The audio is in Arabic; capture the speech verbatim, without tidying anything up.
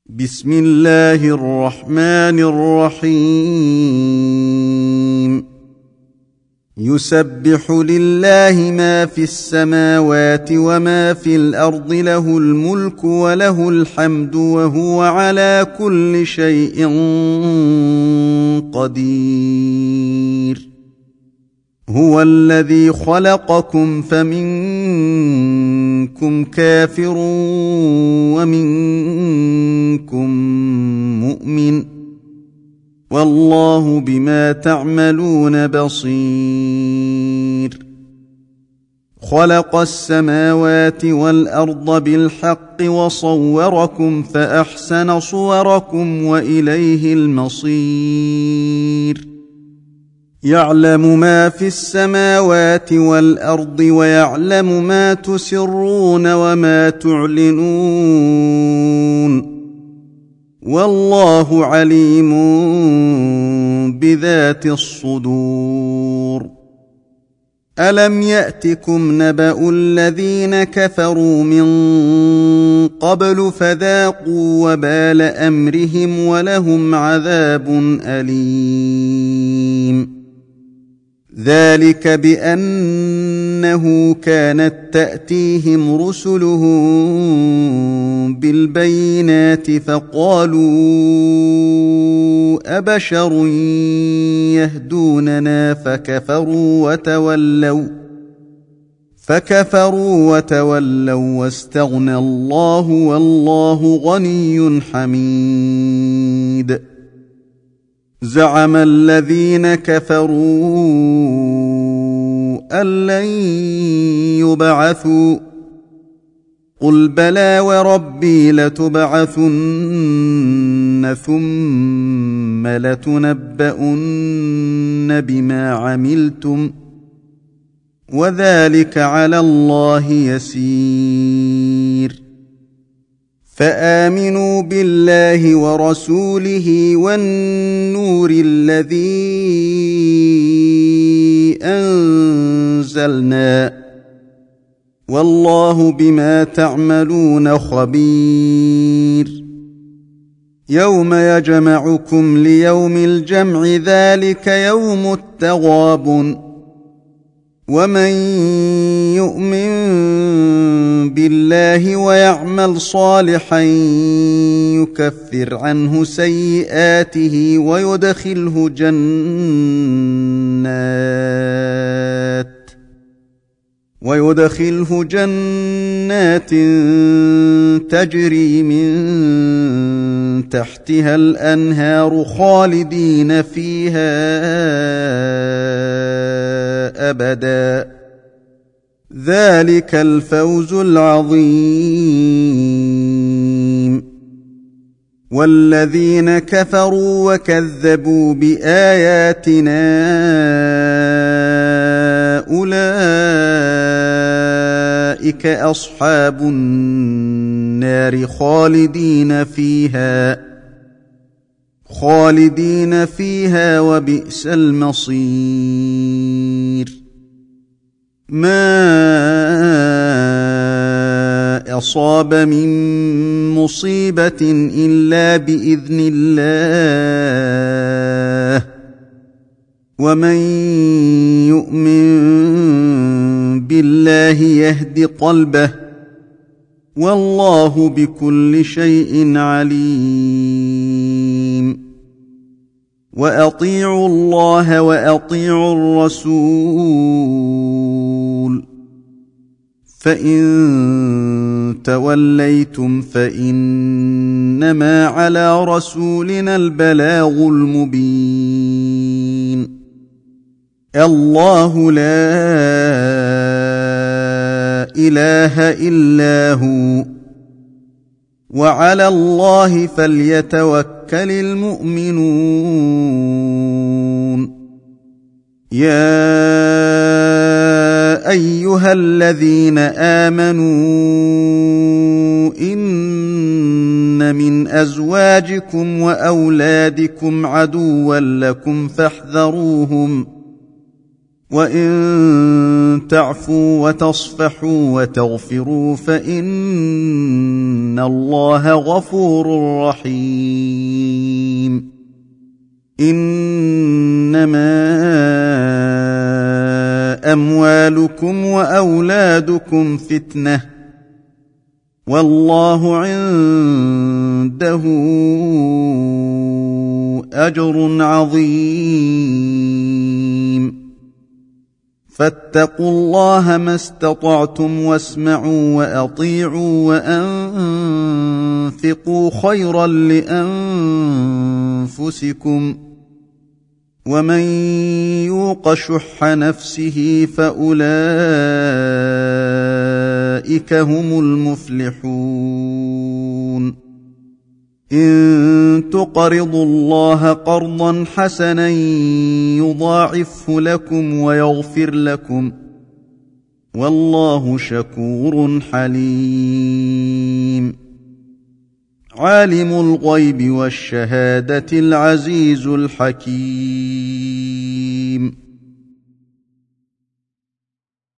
بسم الله الرحمن الرحيم يسبح لله ما في السماوات وما في الأرض له الملك وله الحمد وهو على كل شيء قدير هو الذي خلقكم فمنكم كافر ومنكم مؤمن والله بما تعملون بصير خلق السماوات والأرض بالحق وصوركم فأحسن صوركم وإليه المصير يعلم ما في السماوات والأرض ويعلم ما تسرون وما تعلنون والله عليم بذات الصدور ألم يأتكم نبأ الذين كفروا من قبل فذاقوا وبال أمرهم ولهم عذاب أليم ذلك بأنه كانت تأتيهم رسلهم بالبينات فقالوا أبشر يهدوننا فكفروا وتولوا فكفروا وتولوا واستغنى الله والله غني حميد زعم الذين كفروا أن لن يبعثوا قل بلى وربي لتبعثن ثم لتنبؤن بما عملتم وذلك على الله يسير فآمنوا بالله ورسوله والنور الذي أنزلنا والله بما تعملون خبير يوم يجمعكم ليوم الجمع ذلك يوم التغابن ومن يؤمن بالله ويعمل صالحا يكفر عنه سيئاته ويدخله جنات ويدخله جنات تجري من تحتها الأنهار خالدين فيها أبدا ذلك الفوز العظيم والذين كفروا وكذبوا بآياتنا أولئك أصحاب النار خالدين فيها خالدين فيها وبئس المصير ما أصاب من مصيبة إلا بإذن الله ومن يؤمن بالله يهد قلبه والله بكل شيء عليم وأطيعوا الله وأطيعوا الرسول فإن توليتم فإنما على رسولنا البلاغ المبين الله لا إله إلا هو وعلى الله فليتوكل المؤمنون يا أيها الذين آمنوا إن من أزواجكم وأولادكم عدوا لكم فاحذروهم وان تعفوا وتصفحوا وتغفروا فان الله غفور رحيم. انما اموالكم واولادكم فتنه والله عنده اجر عظيم. فاتقوا الله ما استطعتم واسمعوا واطيعوا وانفقوا خيرا لانفسكم ومن يوق شح نفسه فاولئك هم المفلحون. ان تقرضوا الله قرضا حسنا يضاعفه لكم ويغفر لكم والله شكور حليم. عالم الغيب والشهاده العزيز الحكيم.